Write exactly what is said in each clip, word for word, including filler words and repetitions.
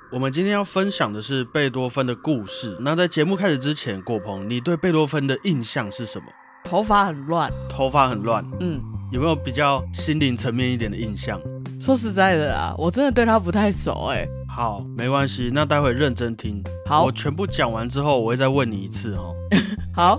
我们今天要分享的是贝多芬的故事。那在节目开始之前，果鹏，你对贝多芬的印象是什么？ 头发很乱。 头发很乱。 嗯， 有没有比较心灵层面一点的印象？ 说实在的啦，我真的对他不太熟哎。 好，没关系，那待会认真听。 好， 我全部讲完之后，我会再问你一次哦。 好。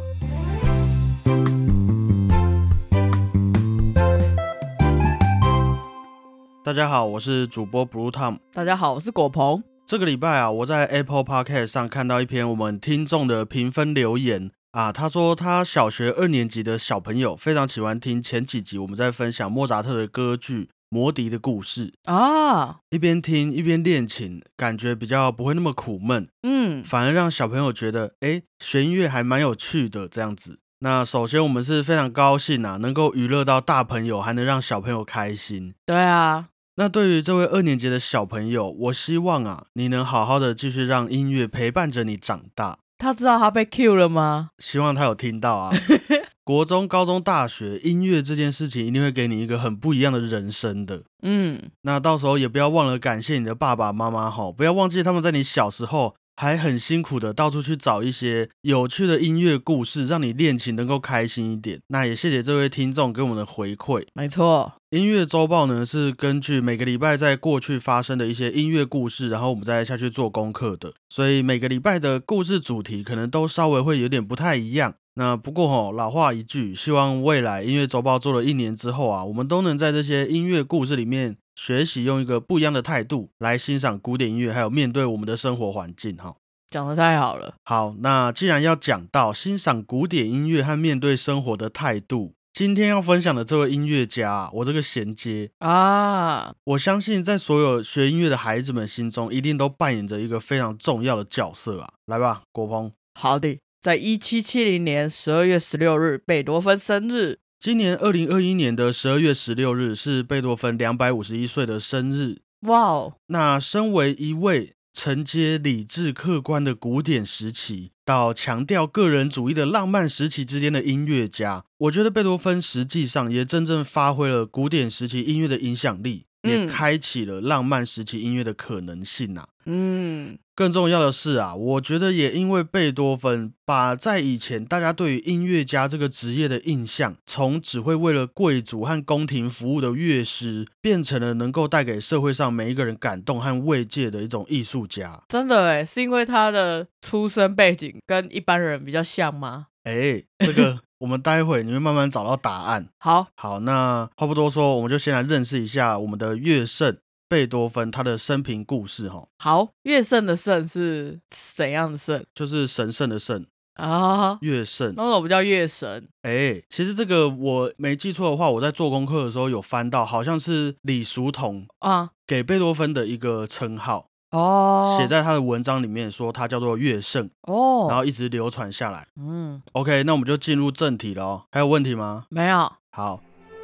大家好，我是主播 Blue Tom。 大家好，我是果鹏。 这个礼拜啊，我在 Apple Podcast 上看到一篇我们听众的评分留言啊，他说他小学二年级的小朋友非常喜欢听前几集我们在分享莫扎特的歌剧《魔笛的故事》 啊， 一边听一边练琴，感觉比较不会那么苦闷， 嗯， 反而让小朋友觉得，哎，学音乐还蛮有趣的这样子。那首先我们是非常高兴啊，能够娱乐到大朋友，还能让小朋友开心。 对啊。 那对于这位二年级的小朋友，我希望啊，你能好好的继续让音乐陪伴着你长大。 他知道他被 Q 了吗？ 希望他有听到啊。国中、高中、大学，音乐这件事情一定会给你一个很不一样的人生的。 嗯， 那到时候也不要忘了感谢你的爸爸妈妈齁，不要忘记他们在你小时候还很辛苦的到处去找一些有趣的音乐故事，让你练琴能够开心一点。那也谢谢这位听众给我们的回馈。 没错， 音乐周报呢是根据每个礼拜在过去发生的一些音乐故事，然后我们再下去做功课的，所以每个礼拜的故事主题可能都稍微会有点不太一样。那不过齁，老话一句，希望未来音乐周报做了一年之后啊，我们都能在这些音乐故事里面学习用一个不一样的态度来欣赏古典音乐，还有面对我们的生活环境齁。 讲得太好了。 好，那既然要讲到欣赏古典音乐和面对生活的态度，今天要分享的这位音乐家啊，我这个衔接啊， 我相信在所有学音乐的孩子们心中一定都扮演着一个非常重要的角色啊。来吧，国鹏。 好的，在一七七零年十二月十六日，贝多芬生日。 今年二零二一年的十二月十六日是贝多芬两百五十一岁的生日。 哇哦！ 那身为一位承接理智客观的古典时期到强调个人主义的浪漫时期之间的音乐家，我觉得贝多芬实际上也真正发挥了古典时期音乐的影响力，也开启了浪漫时期音乐的可能性啊。嗯，更重要的是啊，我觉得也因为贝多芬把在以前大家对于音乐家这个职业的印象，从只会为了贵族和宫廷服务的乐师，变成了能够带给社会上每一个人感动和慰藉的一种艺术家。 真的耶，是因为他的出身背景跟一般人比较像吗？ 哎，这个我们待会你会慢慢找到答案。 好好，那话不多说，我们就先来认识一下我们的乐圣贝多芬他的生平故事。 好，乐圣的圣是怎样的圣？ 就是神圣的圣啊， 乐圣。 那我不叫乐神。 哎，其实这个我没记错的话，我在做功课的时候有翻到，好像是李叔同啊给贝多芬的一个称号哦，写在他的文章里面说他叫做乐圣哦，然后一直流传下来。嗯 ，OK， 那我们就进入正题了哦。还有问题吗？ 没有。 好。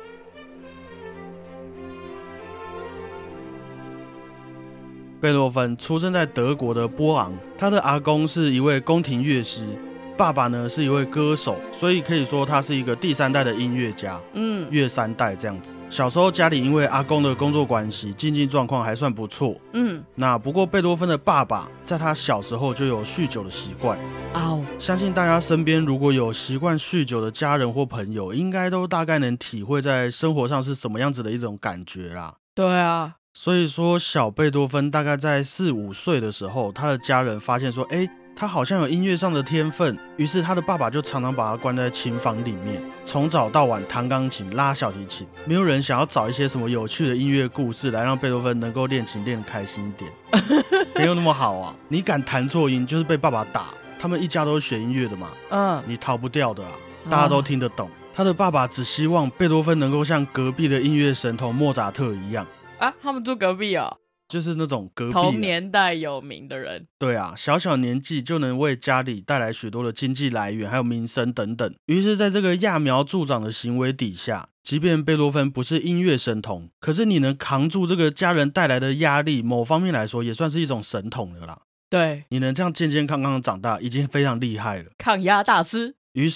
贝多芬出生在德国的波昂，他的阿公是一位宫廷乐师，爸爸呢是一位歌手，所以可以说他是一个第三代的音乐家，嗯，乐三代这样子。小时候家里因为阿公的工作关系，经济状况还算不错，嗯，那不过贝多芬的爸爸在他小时候就有酗酒的习惯，哦，相信大家身边如果有习惯酗酒的家人或朋友，应该都大概能体会在生活上是什么样子的一种感觉啦。 对啊。 所以说小贝多芬大概在四五岁的时候，他的家人发现说，哎，他好像有音乐上的天分，于是他的爸爸就常常把他关在琴房里面，从早到晚弹钢琴拉小提琴，没有人想要找一些什么有趣的音乐故事来让贝多芬能够练琴练得开心一点。没有那么好啊，你敢弹错音就是被爸爸打，他们一家都是学音乐的嘛，嗯，你逃不掉的啊，大家都听得懂。他的爸爸只希望贝多芬能够像隔壁的音乐神童莫扎特一样啊，他们住隔壁哦， 就是那种隔壁同年代有名的人。 对啊，小小年纪就能为家里带来许多的经济来源，还有名声等等。于是在这个揠苗助长的行为底下，即便贝多芬不是音乐神童，可是你能扛住这个家人带来的压力，某方面来说也算是一种神童了啦。 对， 你能这样健健康康的长大已经非常厉害了， 抗压大师。 于是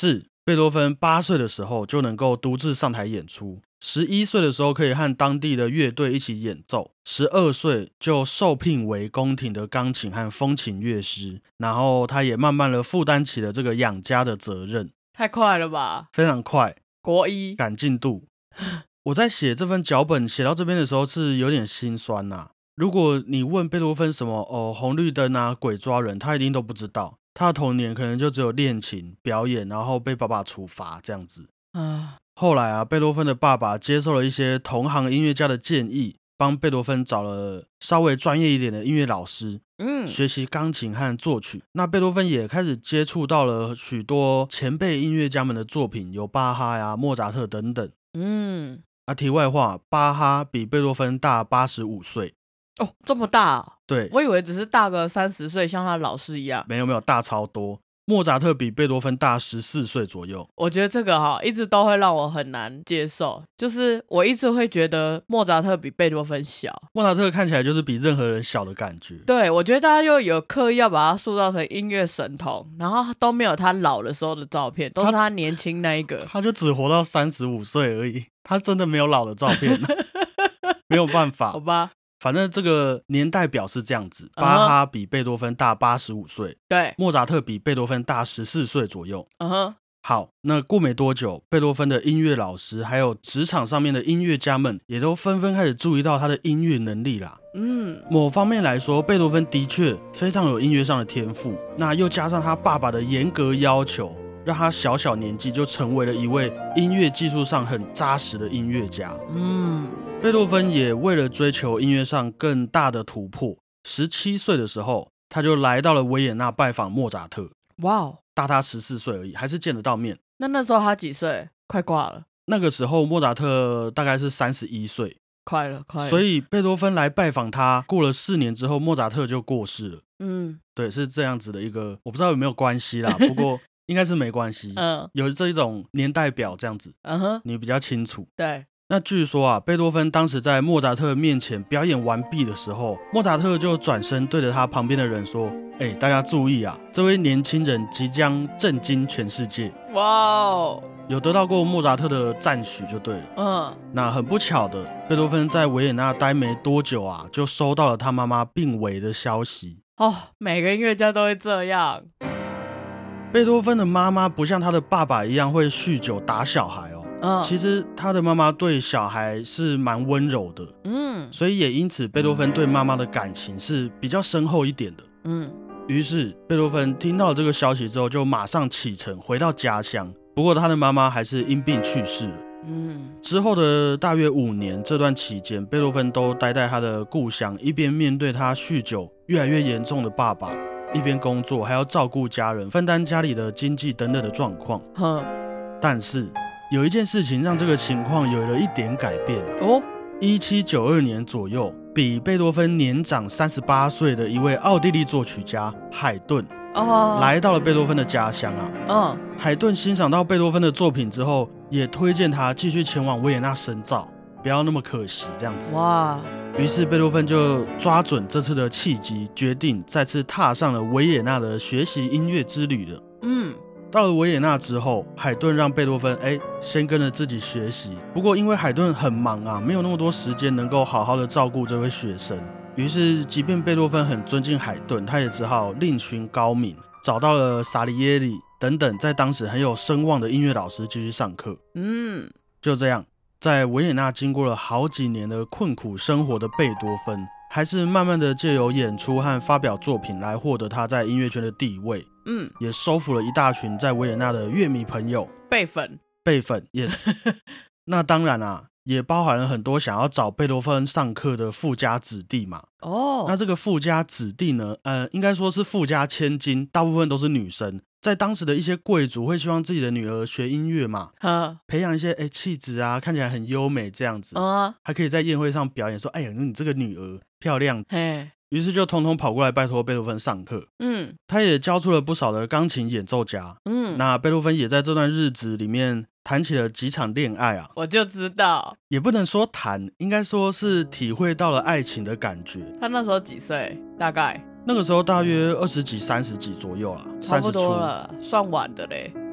贝多芬八岁的时候就能够独自上台演出，十一岁的时候可以和当地的乐队一起演奏，十二岁就受聘为宫廷的钢琴和风琴乐师，然后他也慢慢的负担起了这个养家的责任。 太快了吧， 非常快， 国一赶进度。我在写这份脚本写到这边的时候是有点心酸啊。如果你问贝多芬什么哦红绿灯啊鬼抓人，他一定都不知道，他的童年可能就只有练琴表演，然后被爸爸处罚这样子啊。后来啊，贝多芬的爸爸接受了一些同行音乐家的建议，帮贝多芬找了稍微专业一点的音乐老师，嗯，学习钢琴和作曲。那贝多芬也开始接触到了许多前辈音乐家们的作品，有巴哈呀、莫扎特等等。嗯，啊，题外话，巴哈比贝多芬大八十五岁。 哦，这么大啊？ 对， 我以为只是大个三十岁，像他老师一样。 没有没有，大超多。莫扎特比贝多芬大十四岁左右。 我觉得这个哈一直都会让我很难接受，就是我一直会觉得莫扎特比贝多芬小。 莫扎特看起来就是比任何人小的感觉。 对，我觉得大家又有刻意要把他塑造成音乐神童，然后都没有他老的时候的照片，都是他年轻那一个。 他就只活到三十五岁而已，他真的没有老的照片。没有办法。 好吧。 反正这个年代表是这样子，巴哈比贝多芬大八十五岁， 对， 莫扎特比贝多芬大十四岁左右。嗯哼， 好，那过没多久，贝多芬的音乐老师还有职场上面的音乐家们也都纷纷开始注意到他的音乐能力啦。嗯，某方面来说，贝多芬的确非常有音乐上的天赋，那又加上他爸爸的严格要求，让他小小年纪就成为了一位音乐技术上很扎实的音乐家。嗯。贝多芬也为了追求音乐上更大的突破，十七岁的时候他就来到了维也纳拜访莫扎特。哇哦，大他十四岁而已，还是见得到面。 那那时候他几岁？快挂了。 那个时候莫扎特大概是三十一岁。 快了快了。 所以贝多芬来拜访他，过了四年之后莫扎特就过世了。嗯，对，是这样子的一个，我不知道有没有关系啦，不过应该是没关系。嗯，有这一种年代表这样子。嗯哼，你比较清楚。 对。 那据说啊，贝多芬当时在莫扎特面前表演完毕的时候，莫扎特就转身对着他旁边的人说：哎、欸，大家注意啊，这位年轻人即将震惊全世界。哇哦，有得到过莫扎特的赞许就对了。嗯，那很不巧的，贝多芬在维也纳待没多久啊，就收到了他妈妈病危的消息。 哦，每个音乐家都会这样。 贝多芬的妈妈不像他的爸爸一样会酗酒打小孩哦。嗯，其实他的妈妈对小孩是蛮温柔的，嗯，所以也因此贝多芬对妈妈的感情是比较深厚一点的，嗯。于是贝多芬听到这个消息之后，就马上启程回到家乡。不过他的妈妈还是因病去世了，嗯。之后的大约五年，这段期间，贝多芬都待在他的故乡，一边面对他酗酒越来越严重的爸爸，一边工作，还要照顾家人，分担家里的经济等等的状况。哼，但是有一件事情让这个情况有了一点改变啊。哦，一七九二年左右，比贝多芬年长三十八岁的一位奥地利作曲家海顿哦，来到了贝多芬的家乡啊。嗯，海顿欣赏到贝多芬的作品之后，也推荐他继续前往维也纳深造，不要那么可惜这样子。哇！于是贝多芬就抓准这次的契机，决定再次踏上了维也纳的学习音乐之旅了。嗯。到了维也纳之后，海顿让贝多芬哎先跟着自己学习。不过因为海顿很忙啊，没有那么多时间能够好好的照顾这位学生。于是即便贝多芬很尊敬海顿，他也只好另寻高明，找到了萨里耶里等等在当时很有声望的音乐老师继续上课。嗯，就这样，在维也纳经过了好几年的困苦生活的贝多芬，还是慢慢的借由演出和发表作品来获得他在音乐圈的地位。嗯，也收服了一大群在维也纳的乐迷朋友， 贝粉， 贝粉 ，yes 。那当然啊，也包含了很多想要找贝多芬上课的富家子弟嘛。哦，那这个富家子弟呢，呃，应该说是富家千金，大部分都是女生。在当时的一些贵族会希望自己的女儿学音乐嘛，培养一些哎气质啊，看起来很优美这样子，嗯，还可以在宴会上表演说，哎呀，你这个女儿漂亮。嘿。于是就通通跑过来拜托贝多芬上课。嗯，他也教出了不少的钢琴演奏家。嗯，那贝多芬也在这段日子里面谈起了几场恋爱啊。 我就知道， 也不能说谈，应该说是体会到了爱情的感觉。 他那时候几岁？大概那个时候大约二十几、三十几左右啊， 差不多了，算晚的嘞。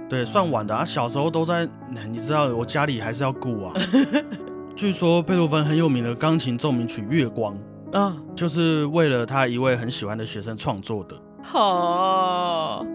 对，算晚的啊，小时候都在，你知道我家里还是要顾啊。据说贝多芬很有名的钢琴奏鸣曲《月光》，嗯，就是为了他一位很喜欢的学生创作的。 好，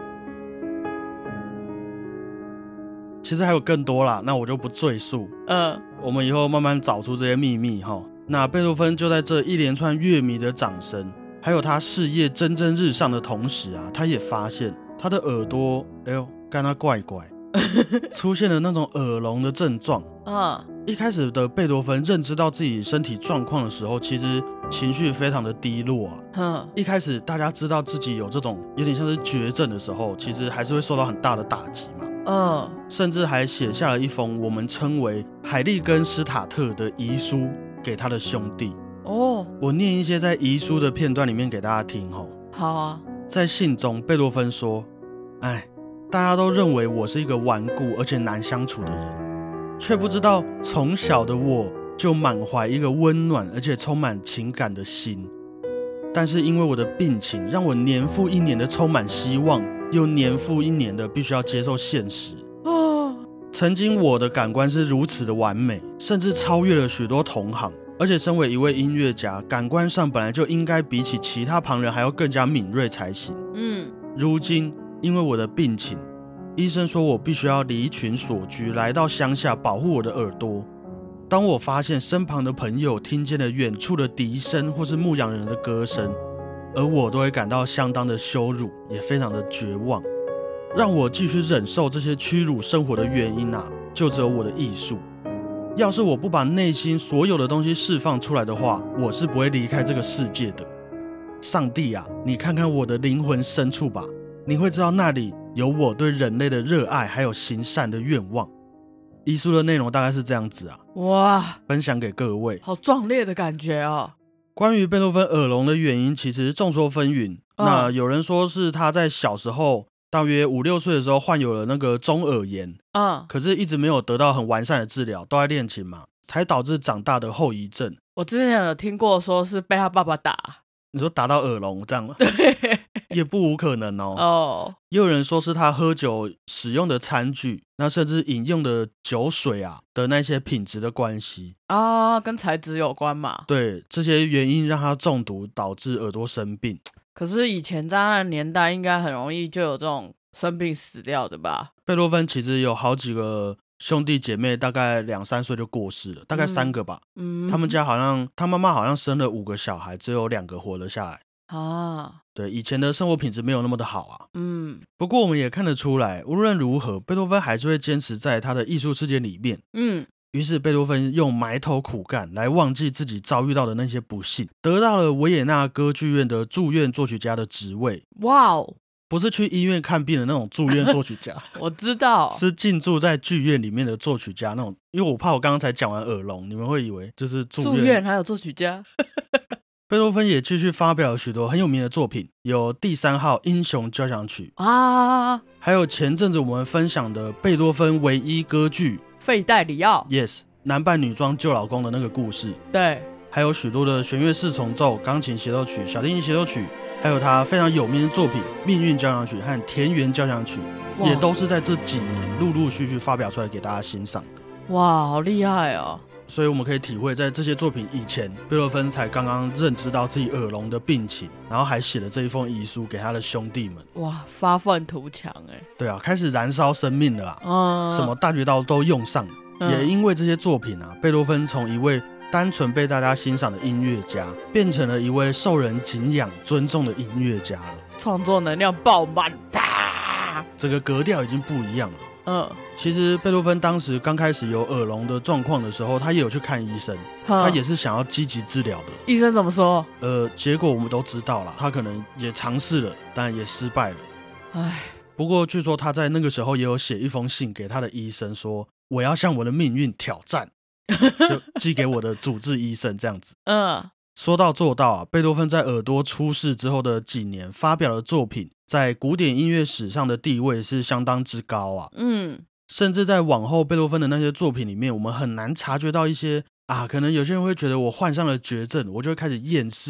其实还有更多啦，那我就不赘述。嗯，我们以后慢慢找出这些秘密哈。那贝多芬就在这一连串乐迷的掌声，还有他事业蒸蒸日上的同时啊，他也发现他的耳朵，哎呦，干他怪怪，出现了那种耳聋的症状。嗯，一开始的贝多芬认知到自己身体状况的时候，其实情绪非常的低落啊。嗯，一开始大家知道自己有这种有点像是绝症的时候，其实还是会受到很大的打击嘛。嗯，甚至还写下了一封我们称为海利根施塔特的遗书给他的兄弟。哦，我念一些在遗书的片段里面给大家听吼。 好啊。 在信中，贝多芬说：哎，大家都认为我是一个顽固而且难相处的人，却不知道从小的我就满怀一个温暖而且充满情感的心。但是因为我的病情，让我年复一年的充满希望，又年复一年的必须要接受现实。哦，曾经我的感官是如此的完美，甚至超越了许多同行，而且身为一位音乐家，感官上本来就应该比起其他旁人还要更加敏锐才行。嗯，如今因为我的病情，医生说我必须要离群索居，来到乡下保护我的耳朵。当我发现身旁的朋友听见了远处的笛声或是牧羊人的歌声，而我都会感到相当的羞辱，也非常的绝望。让我继续忍受这些屈辱生活的原因啊，就只有我的艺术。要是我不把内心所有的东西释放出来的话，我是不会离开这个世界的。上帝啊，你看看我的灵魂深处吧，你会知道那里有我对人类的热爱，还有行善的愿望。遗书的内容大概是这样子啊，哇，分享给各位， 好壮烈的感觉哦。 关于贝多芬耳聋的原因，其实众说纷纭。嗯、那有人说是他在小时候，大约五六岁的时候患有了那个中耳炎，嗯，可是一直没有得到很完善的治疗，都在练琴嘛，才导致长大的后遗症。 我之前有听过说是被他爸爸打。 你说打到耳聋这样吗？ 对， 也不无可能哦。哦，也有人说是他喝酒使用的餐具，那甚至饮用的酒水啊的那些品质的关系啊，跟材质有关嘛。 对，这些原因让他中毒，导致耳朵生病。 可是以前在那个年代，应该很容易就有这种生病死掉的吧？ 贝多芬其实有好几个兄弟姐妹，大概两三岁就过世了，大概三个吧。嗯，他们家好像他妈妈好像生了五个小孩，只有两个活了下来。啊，对，以前的生活品质没有那么的好啊。嗯，不过我们也看得出来，无论如何，贝多芬还是会坚持在他的艺术世界里面。嗯，于是贝多芬用埋头苦干来忘记自己遭遇到的那些不幸，得到了维也纳歌剧院的住院作曲家的职位。哇哦！不是去医院看病的那种住院作曲家， 我知道， 是进驻在剧院里面的作曲家那种。因为我怕我刚刚才讲完耳聋，你们会以为就是住院， 住院还有作曲家。 贝多芬也继续发表了许多很有名的作品，有第三号英雄交响曲啊，还有前阵子我们分享的贝多芬唯一歌剧《 费戴里奥》 ，Yes， 男扮女装救老公的那个故事。 对， 还有许多的弦乐四重奏、钢琴协奏曲、小提琴协奏曲。还有他非常有名的作品《命运交响曲》和《田园交响曲》，也都是在这几年陆陆续续发表出来给大家欣赏的。 哇，好厉害哦！ 所以我们可以体会，在这些作品以前，贝多芬才刚刚认知到自己耳聋的病情，然后还写了这一封遗书给他的兄弟们。 哇，发愤图强哎！ 对啊，开始燃烧生命了啊！嗯，什么大绝刀都用上了。嗯、也因为这些作品啊，贝多芬从一位单纯被大家欣赏的音乐家，变成了一位受人敬仰、尊重的音乐家了。 创作能量爆满，啪！ 这个格调已经不一样了。嗯，其实贝多芬当时刚开始有耳聋的状况的时候，他也有去看医生，他也是想要积极治疗的。 医生怎么说？ 呃，结果我们都知道了，他可能也尝试了，但也失败了。唉，不过据说他在那个时候也有写一封信给他的医生说，我要向我的命运挑战。就寄给我的主治医生这样子。嗯，说到做到啊，贝多芬在耳朵出事之后的几年发表的作品，在古典音乐史上的地位是相当之高啊。嗯，甚至在往后贝多芬的那些作品里面，我们很难察觉到一些啊，可能有些人会觉得我患上了绝症，我就会开始厌世，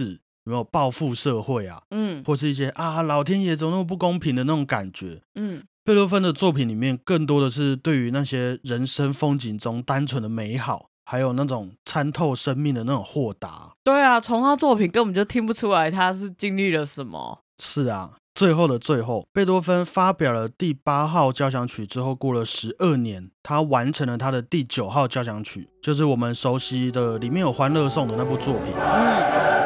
有没有报复社会啊， 嗯或是一些啊老天爷怎么那么不公平的那种感觉。 嗯， 贝多芬的作品里面更多的是对于那些人生风景中单纯的美好，还有那种参透生命的那种豁达。 对啊，从他作品根本就听不出来他是经历了什么。 是啊，最后的最后，贝多芬发表了第八号交响曲之后，过了十二年，他完成了他的第九号交响曲，就是我们熟悉的里面有欢乐颂的那部作品。 嗯。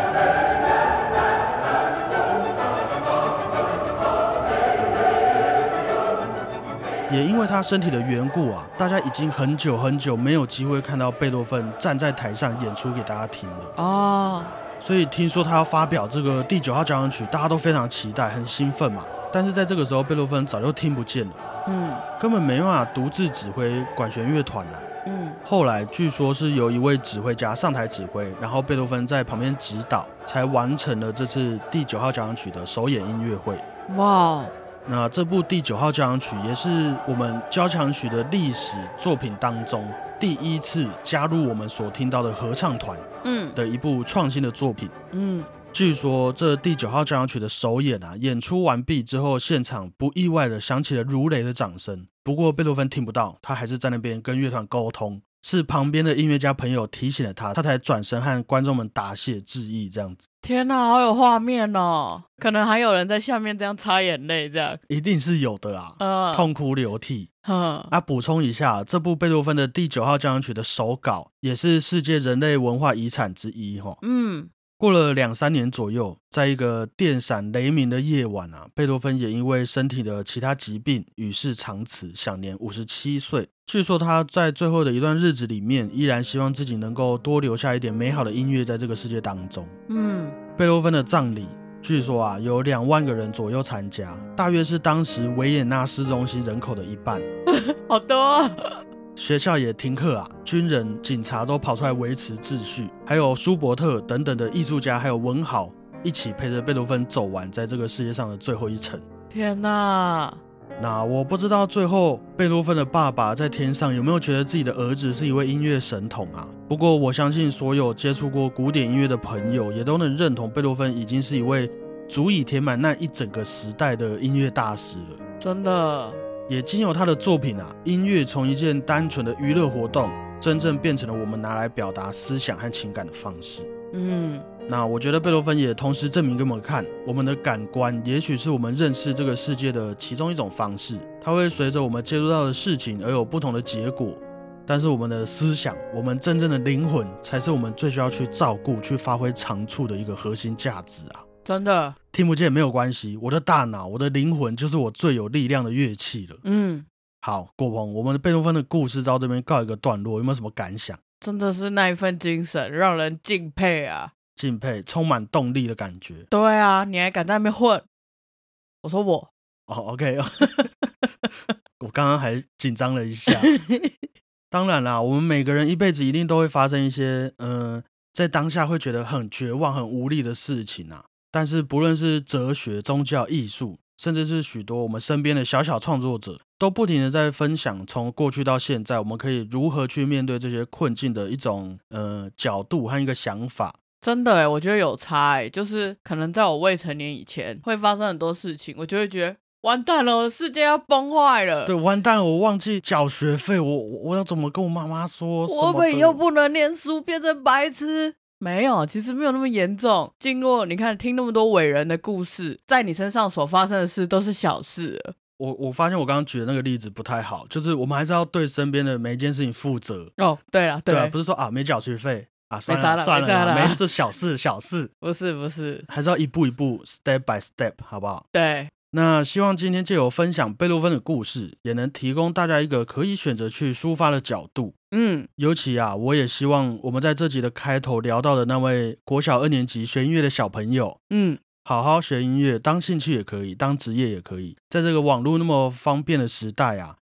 也因为他身体的缘故啊，大家已经很久很久没有机会看到贝多芬站在台上演出给大家听了哦。 所以听说他要发表这个第九号交响曲，大家都非常期待，很兴奋嘛。但是在这个时候，贝多芬早就听不见了， 嗯根本没办法独自指挥管弦乐团啊。 嗯后来据说是由一位指挥家上台指挥，然后贝多芬在旁边指导，才完成了这次第九号交响曲的首演音乐会。 哇， 那这部第九号交响曲也是我们交响曲的历史作品当中第一次加入我们所听到的合唱团嗯的一部创新的作品。 嗯， 据说这第九号交响曲的首演啊，演出完毕之后，现场不意外的响起了如雷的掌声。不过贝多芬听不到，他还是在那边跟乐团沟通，是旁边的音乐家朋友提醒了他，他才转身和观众们答谢致意，这样子。 天哪，好有画面哦！可能还有人在下面这样擦眼泪，这样一定是有的啊， 嗯痛哭流涕。 哼啊，补充一下，这部贝多芬的第九号交响曲的手稿也是世界人类文化遗产之一齁。 嗯过了两三年左右，在一个电闪雷鸣的夜晚啊，贝多芬也因为身体的其他疾病与世长辞，享年五十七岁。据说他在最后的一段日子里面，依然希望自己能够多留下一点美好的音乐在这个世界当中。 嗯， 贝多芬的葬礼据说啊有两万个人左右参加，大约是当时维也纳市中心人口的一半。 好多啊。 学校也停课啊，军人、警察都跑出来维持秩序，还有舒伯特等等的艺术家，还有文豪一起陪着贝多芬走完在这个世界上的最后一程。 天哪！ 那我不知道最后贝多芬的爸爸在天上有没有觉得自己的儿子是一位音乐神童啊？不过我相信所有接触过古典音乐的朋友也都能认同，贝多芬已经是一位足以填满那一整个时代的音乐大师了。 真的。 也经由他的作品啊，音乐从一件单纯的娱乐活动，真正变成了我们拿来表达思想和情感的方式。 嗯， 那我觉得贝多芬也同时证明给我们看，我们的感官也许是我们认识这个世界的其中一种方式，它会随着我们接触到的事情而有不同的结果。但是我们的思想，我们真正的灵魂，才是我们最需要去照顾、去发挥长处的一个核心价值啊！ 真的。 听不见没有关系，我的大脑、我的灵魂就是我最有力量的乐器了。 嗯， 好，郭鹏，我们的贝多芬的故事到这边告一个段落，有没有什么感想？ 真的是那一份精神让人敬佩啊！ 敬佩，充满动力的感觉。 对啊，你还敢在那边混？我说我哦 ，OK， 我刚刚还紧张了一下。当然啦，我们每个人一辈子一定都会发生一些，嗯、呃，在当下会觉得很绝望、很无力的事情啊。但是不论是哲学、宗教、艺术，甚至是许多我们身边的小小创作者，都不停的在分享从过去到现在，我们可以如何去面对这些困境的一种呃角度和一个想法。 真的耶，我觉得有差哎，就是可能在我未成年以前会发生很多事情，我就会觉得完蛋了，我的世界要崩坏了。 对，完蛋了，我忘记缴学费，我我要怎么跟我妈妈说？ 我们又不能念书，变成白痴。没有，其实没有那么严重。经过你看听那么多伟人的故事，在你身上所发生的事都是小事了。 我我发现我刚刚举的那个例子不太好，就是我们还是要对身边的每一件事情负责。 哦，对了， 对啊，不是说啊没缴学费啊，算了了算了啦， 没啦没事，小事小事。 不是不是， 还是要一步一步 step by step， 好不好？ 对。 那希望今天借由分享贝多芬的故事，也能提供大家一个可以选择去抒发的角度。 嗯， 尤其啊，我也希望我们在这集的开头聊到的那位国小二年级学音乐的小朋友， 嗯， 好好学音乐，当兴趣也可以，当职业也可以。在这个网络那么方便的时代啊，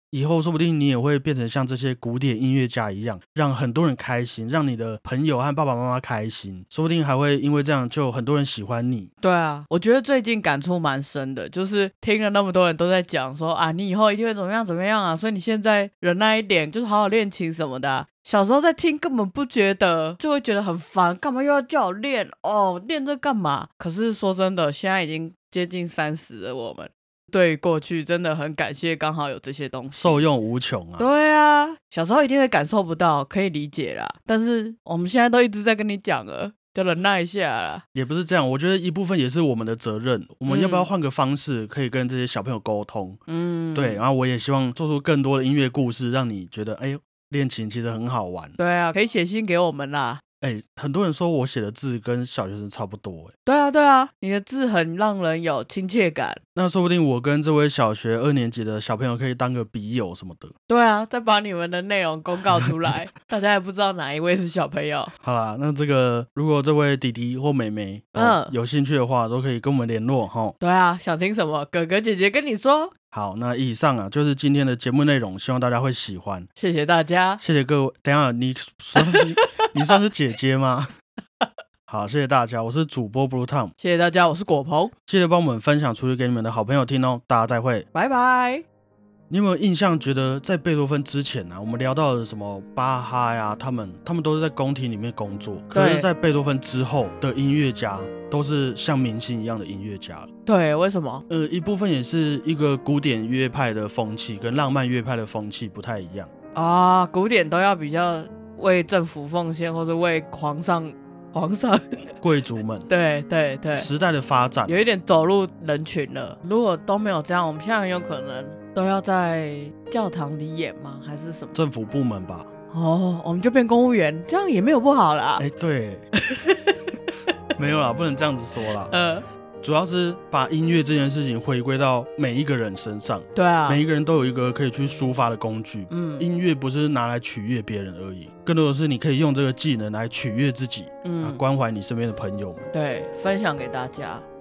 以后说不定你也会变成像这些古典音乐家一样，让很多人开心，让你的朋友和爸爸妈妈开心，说不定还会因为这样就很多人喜欢你。 对啊，我觉得最近感触蛮深的，就是听了那么多人都在讲说啊，你以后一定会怎么样怎么样啊，所以你现在忍耐一点，就是好好练琴什么的啊。小时候在听根本不觉得，就会觉得很烦，干嘛又要叫我练哦，练这干嘛？可是说真的，现在已经接近三十了，我们对过去真的很感谢，刚好有这些东西， 受用无穷啊。 对啊，小时候一定会感受不到，可以理解啦，但是我们现在都一直在跟你讲了，就忍耐一下啦。 也不是这样，我觉得一部分也是我们的责任，我们要不要换个方式可以跟这些小朋友沟通。嗯，对，然后我也希望做出更多的音乐故事，让你觉得哎呦练琴其实很好玩。 对啊，可以写信给我们啦。 哎，很多人说我写的字跟小学生差不多。哎， 对啊对啊，你的字很让人有亲切感。 那说不定我跟这位小学二年级的小朋友可以当个笔友什么的。 对啊，再把你们的内容公告出来大家也不知道哪一位是小朋友。 好啦，那这个如果这位弟弟或妹妹、哦、嗯有兴趣的话，都可以跟我们联络哈。 对啊，想听什么哥哥姐姐跟你说。 好，那以上啊就是今天的节目内容，希望大家会喜欢。 谢谢大家， 谢谢各位。等一下，你算你, 你算是姐姐吗？好，谢谢大家，我是主播 Blue Tom。 谢谢大家，我是果鹏。 记得帮我们分享出去给你们的好朋友听哦。大家再会， 拜拜。 你有没有印象？觉得在贝多芬之前啊，我们聊到的什么巴哈呀，他们他们都是在宫廷里面工作，可是在贝多芬之后的音乐家都是像明星一样的音乐家。 对，为什么？ 呃，一部分也是一个古典乐派的风气跟浪漫乐派的风气不太一样啊。古典都要比较为政府奉献，或者为皇上。皇上贵族们对对对， 时代的发展有一点走入人群了。如果都没有这样，我们现在很有可能都要在教堂里演吗？还是什么政府部门吧？ 哦，我们就变公务员，这样也没有不好啦。 哎，对没有啦，不能这样子说啦。呃主要是把音乐这件事情回归到每一个人身上。 对啊， 每一个人都有一个可以去抒发的工具。嗯，音乐不是拿来取悦别人而已，更多的是你可以用这个技能来取悦自己，嗯，啊、关怀你身边的朋友们。 对，分享给大家。